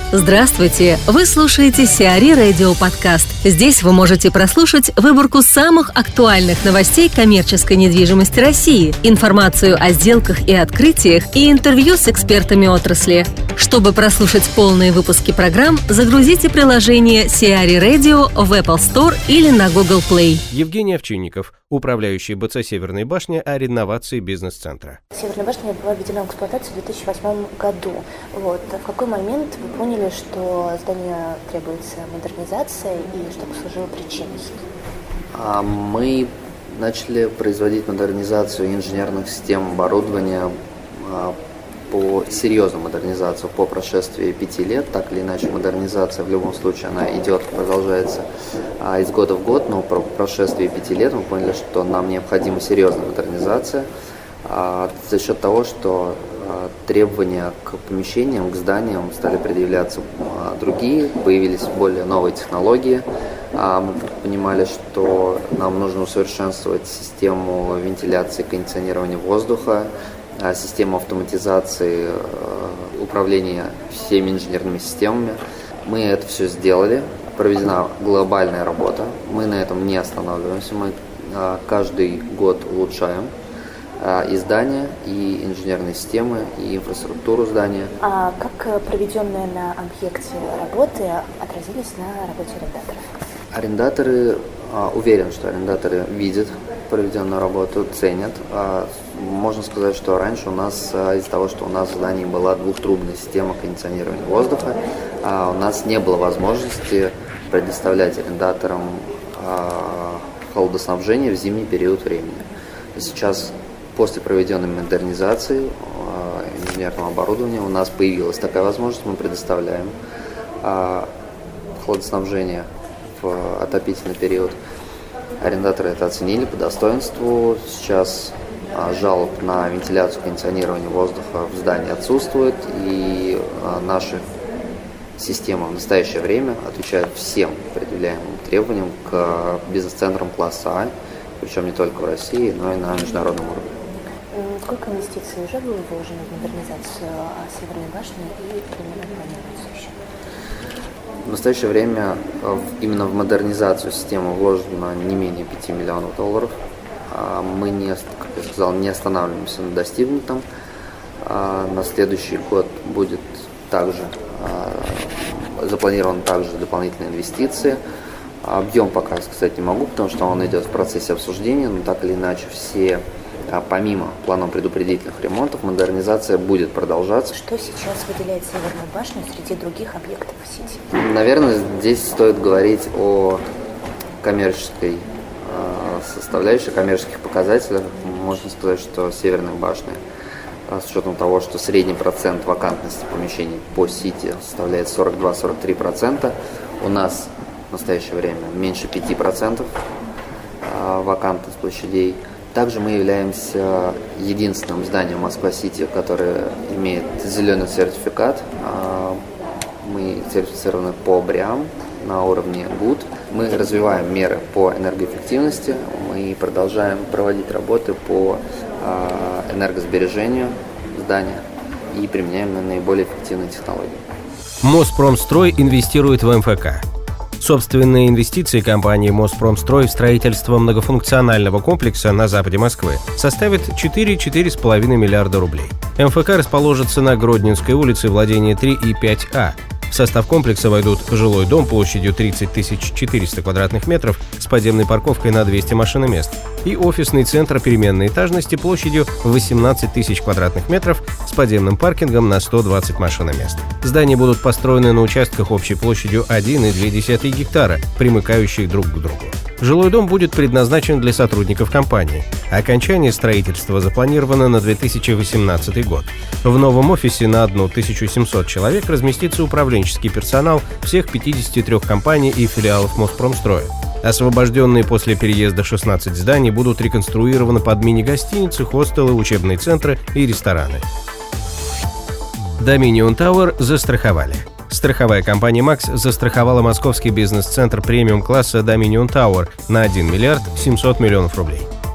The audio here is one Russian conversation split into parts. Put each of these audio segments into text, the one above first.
Здравствуйте! Вы слушаете Сиари Радио Подкаст. Здесь вы можете прослушать выборку самых актуальных новостей коммерческой недвижимости России, информацию о сделках и открытиях и интервью с экспертами отрасли. Чтобы прослушать полные выпуски программ, загрузите приложение Сиари Radio в Apple Store или на Google Play. Евгений Овчинников, управляющий БЦ «Северной башни» о реновации бизнес-центра. Северная башня была введена в эксплуатацию в 2008 году. В какой момент вы поняли, что здание требуется модернизация и что послужило причиной? Мы начали производить модернизацию инженерных систем оборудования, по серьезной модернизации по прошествии 5 лет. Так или иначе, модернизация в любом случае она идет, продолжается из года в год, но по прошествии 5 лет мы поняли, что нам необходима серьезная модернизация за счет того, что требования к помещениям, к зданиям стали предъявляться другие, появились более новые технологии. Мы понимали, что нам нужно усовершенствовать систему вентиляции и кондиционирования воздуха, систему автоматизации управления всеми инженерными системами. Мы это все сделали, проведена глобальная работа, мы на этом не останавливаемся, мы каждый год улучшаем и здания, и инженерные системы, и инфраструктуру здания. А как проведенные на объекте работы отразились на работе арендаторов? Уверен, что арендаторы видят проведенную работу, ценят. Можно сказать, что раньше у нас, из-за того, что у нас в здании была двухтрубная система кондиционирования воздуха, у нас не было возможности предоставлять арендаторам холодоснабжение в зимний период времени. Сейчас, после проведенной модернизации инженерного оборудования, у нас появилась такая возможность, мы предоставляем холодоснабжение в отопительный период. Арендаторы это оценили по достоинству. Сейчас жалоб на вентиляцию, кондиционирование воздуха в здании отсутствует, и наша система в настоящее время отвечает всем предъявляемым требованиям к бизнес-центрам класса А, причем не только в России, но и на международном уровне. Сколько инвестиций уже было вложено в модернизацию Северной башни и примерно планируется еще? В настоящее время именно в модернизацию системы вложено не менее $5 миллионов. Мы, как я сказал, не останавливаемся на достигнутом. На следующий год будет также запланированы также дополнительные инвестиции. Объем пока сказать не могу, потому что он идет в процессе обсуждения, но так или иначе помимо планов предупредительных ремонтов, модернизация будет продолжаться. Что сейчас выделяет Северную башню среди других объектов в сети? Наверное, здесь стоит говорить о коммерческой составляющей, коммерческих показателях. Можно сказать, что Северная башня, с учетом того, что средний процент вакантности помещений по сети составляет 42-43%, у нас в настоящее время меньше 5% вакантность площадей. Также мы являемся единственным зданием Москва-Сити, которое имеет зеленый сертификат. Мы сертифицированы по БРИАМ на уровне ГУД. Мы развиваем меры по энергоэффективности. Мы продолжаем проводить работы по энергосбережению здания и применяем наиболее эффективные технологии. Моспромстрой инвестирует в МФК. Собственные инвестиции компании «Моспромстрой» в строительство многофункционального комплекса на западе Москвы составят 4-4,5 миллиарда рублей. МФК расположится на Гродненской улице, владение 3 и 5А. В состав комплекса войдут жилой дом площадью 30 400 квадратных метров с подземной парковкой на 200 машиномест и офисный центр переменной этажности площадью 18 тысяч квадратных метров с подземным паркингом на 120 машиномест. Здания будут построены на участках общей площадью 1,2 гектара, примыкающих друг к другу. Жилой дом будет предназначен для сотрудников компании. Окончание строительства запланировано на 2018 год. В новом офисе на 1700 человек разместится управленческий персонал всех 53 компаний и филиалов Моспромстроя. Освобожденные после переезда 16 зданий будут реконструированы под мини-гостиницы, хостелы, учебные центры и рестораны. Dominion Tower застраховали. Страховая компания «Макс» застраховала московский бизнес-центр премиум-класса Dominion Tower на 1 миллиард 700 миллионов рублей.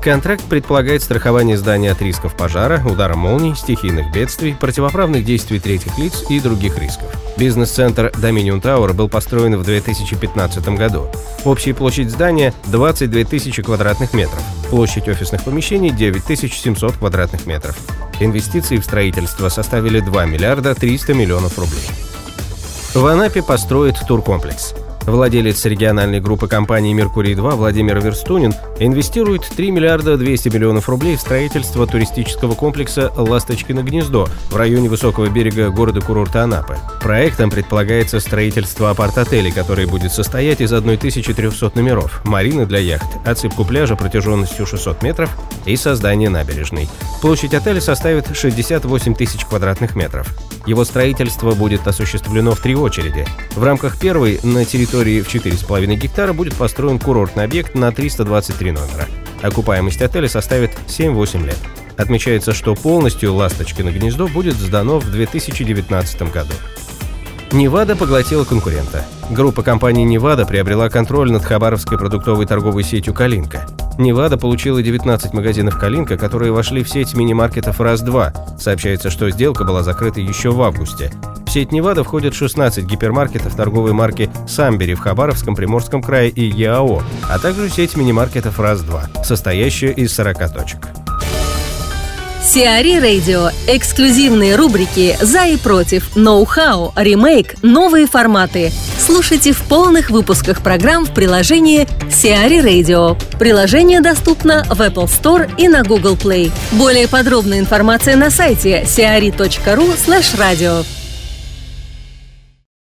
Контракт предполагает страхование здания от рисков пожара, удара молний, стихийных бедствий, противоправных действий третьих лиц и других рисков. Бизнес-центр Dominion Tower был построен в 2015 году. Общая площадь здания – 22 тысячи квадратных метров. Площадь офисных помещений – 9700 квадратных метров. Инвестиции в строительство составили 2 миллиарда 300 миллионов рублей. В Анапе построят туркомплекс. Владелец региональной группы компании «Меркурий-2» Владимир Верстунин инвестирует 3 миллиарда 200 миллионов рублей в строительство туристического комплекса «Ласточкино гнездо» в районе высокого берега города-курорта Анапы. Проектом предполагается строительство апарт-отелей, который будет состоять из 1300 номеров, марины для яхт, отсыпку пляжа протяженностью 600 метров и создание набережной. Площадь отеля составит 68 тысяч квадратных метров. Его строительство будет осуществлено в 3 очереди. В рамках первой на территории в 4,5 гектара будет построен курортный объект на 323 номера. Окупаемость отеля составит 7-8 лет. Отмечается, что полностью «Ласточкино гнездо» будет сдано в 2019 году. Невада поглотила конкурента. Группа компаний «Невада» приобрела контроль над хабаровской продуктовой торговой сетью «Калинка». «Невада» получила 19 магазинов «Калинка», которые вошли в сеть мини-маркетов «Раз-2». Сообщается, что сделка была закрыта еще в августе. В сеть «Невада» входят 16 гипермаркетов торговой марки «Самбери» в Хабаровском, Приморском крае и ЯАО, а также сеть мини-маркетов «Раз-2», состоящая из 40 точек. Сиари Радио. Эксклюзивные рубрики «За и против», «Ноу-хау», «Ремейк», «Новые форматы». Слушайте в полных выпусках программ в приложении Сиари Radio. Приложение доступно в Apple Store и на Google Play. Более подробная информация на сайте siari.ru/radio.